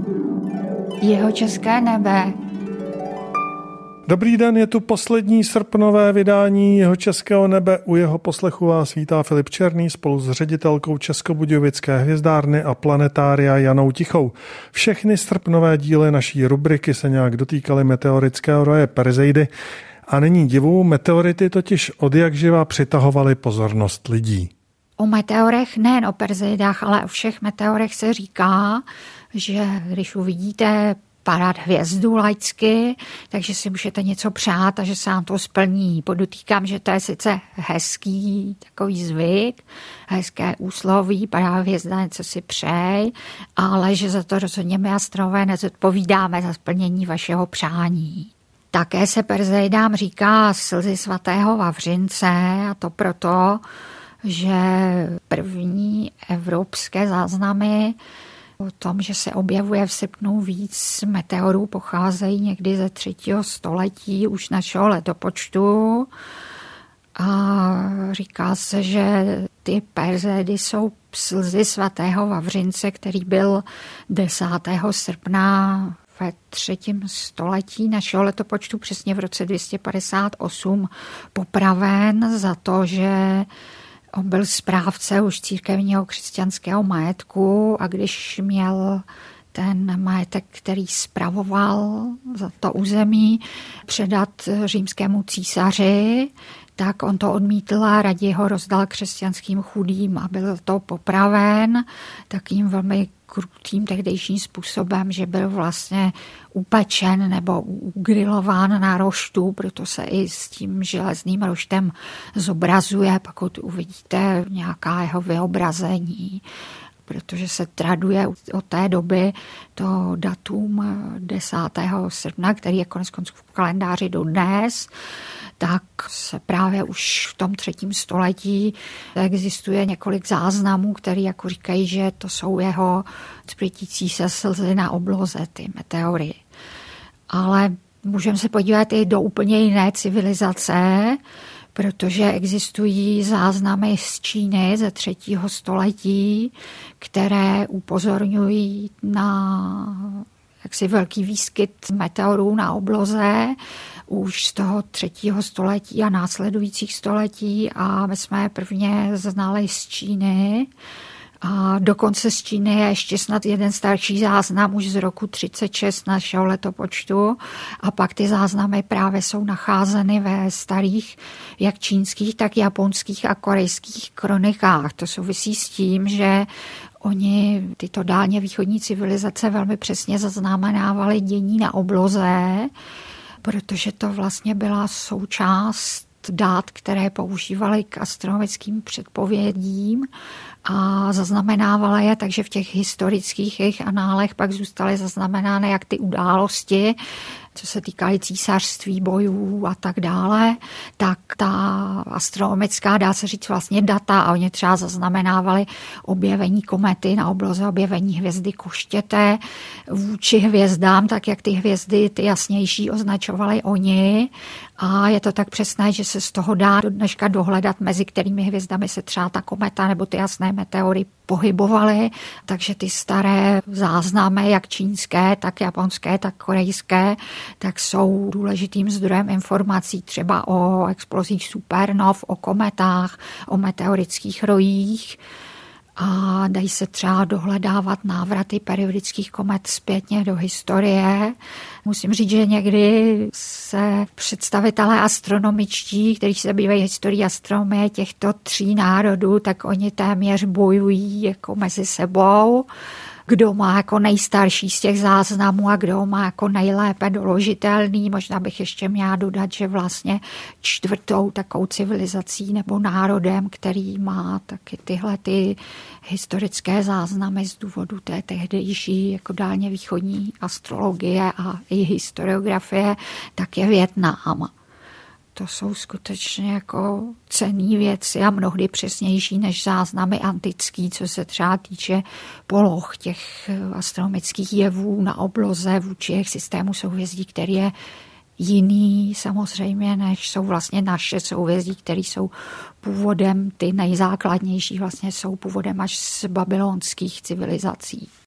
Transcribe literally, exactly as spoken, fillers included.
Jihočeské nebe. Dobrý den, je tu poslední srpnové vydání Jihočeského nebe. U jeho poslechu vás vítá Filip Černý spolu s ředitelkou Českobudějovické hvězdárny a planetária Janou Tichou. Všechny srpnové díly naší rubriky se nějak dotýkaly meteorického roje Perseidy a není divu, meteority totiž odjakživa přitahovaly pozornost lidí. O meteorech, nejen o Perseidách, ale o všech meteorech se říká, že když uvidíte padat hvězdu laicky, takže si můžete něco přát a že se vám to splní. Podotýkám, že to je sice hezký takový zvyk, hezké úsloví, padá hvězda, něco si přej, ale že za to rozhodně my astronové nezodpovídáme za splnění vašeho přání. Také se Perseidám říká slzy svatého Vavřince, a to proto, že první evropské záznamy o tom, že se objevuje v srpnu víc meteorů, pocházejí někdy ze třetího století už našeho letopočtu. A říká se, že ty Perseidy jsou slzy svatého Vavřince, který byl desátého srpna ve třetím století našeho letopočtu, přesně v roce dvě stě padesát osm, popraven za to, že on byl správce už církevního křesťanského majetku a když měl ten majetek, který spravoval za to území, předat římskému císaři, tak on to odmítl a raději ho rozdal křesťanským chudým a byl to popraven takým velmi krutým tehdejším způsobem, že byl vlastně upečen nebo ugrilován na roštu, proto se i s tím železným roštem zobrazuje, pokud uvidíte nějaká jeho vyobrazení, protože se traduje od té doby to datum desátého srpna, který je koneckonců v kalendáři dodnes, tak se právě už v tom třetím století existuje několik záznamů, které jako říkají, že to jsou jeho splítící se slzy na obloze, ty meteory. Ale můžeme se podívat i do úplně jiné civilizace, protože existují záznamy z Číny ze třetího století, které upozorňují na jaksi velký výskyt meteorů na obloze už z toho třetího století a následujících století a my jsme je prvně znali z Číny. A dokonce z Číny je ještě snad jeden starší záznam už z roku třicet šest našeho letopočtu a pak ty záznamy právě jsou nacházeny ve starých jak čínských, tak japonských a korejských kronikách. To souvisí s tím, že oni, tyto dálně východní civilizace, velmi přesně zaznamenávali dění na obloze, protože to vlastně byla součást dát, které používali k astronomickým předpovědím a zaznamenávali je, takže v těch historických jejich análech pak zůstaly zaznamenány jak ty události, co se týkaly císařství, bojů a tak dále, tak ta astronomická, dá se říct vlastně data, a oni třeba zaznamenávali objevení komety na obloze, objevení hvězdy Koštěté vůči hvězdám, tak jak ty hvězdy, ty jasnější, označovali oni. A je to tak přesné, že se z toho dá do dneška dohledat, mezi kterými hvězdami se třeba ta kometa nebo ty jasné meteory pohybovaly, takže ty staré záznamy, jak čínské, tak japonské, tak korejské, tak jsou důležitým zdrojem informací třeba o explozích supernov, o kometách, o meteorických rojích. A dají se třeba dohledávat návraty periodických komet zpětně do historie. Musím říct, že někdy se představitelé astronomičtí, kteří se zabývají historií astronomie těchto tří národů, tak oni téměř bojují jako mezi sebou, kdo má jako nejstarší z těch záznamů a kdo má jako nejlépe doložitelný. Možná bych ještě měla dodat, že vlastně čtvrtou takovou civilizací nebo národem, který má taky tyhle ty historické záznamy z důvodu té tehdejší jako dálně východní astrologie a i historiografie, tak je Vietnam. To jsou skutečně jako cenné věci a mnohdy přesnější než záznamy antický, co se třeba týče poloh těch astronomických jevů na obloze vůči jejich systému souhvězdí, který je jiný samozřejmě, než jsou vlastně naše souhvězdí, které jsou původem, ty nejzákladnější vlastně jsou původem až z babylonských civilizací.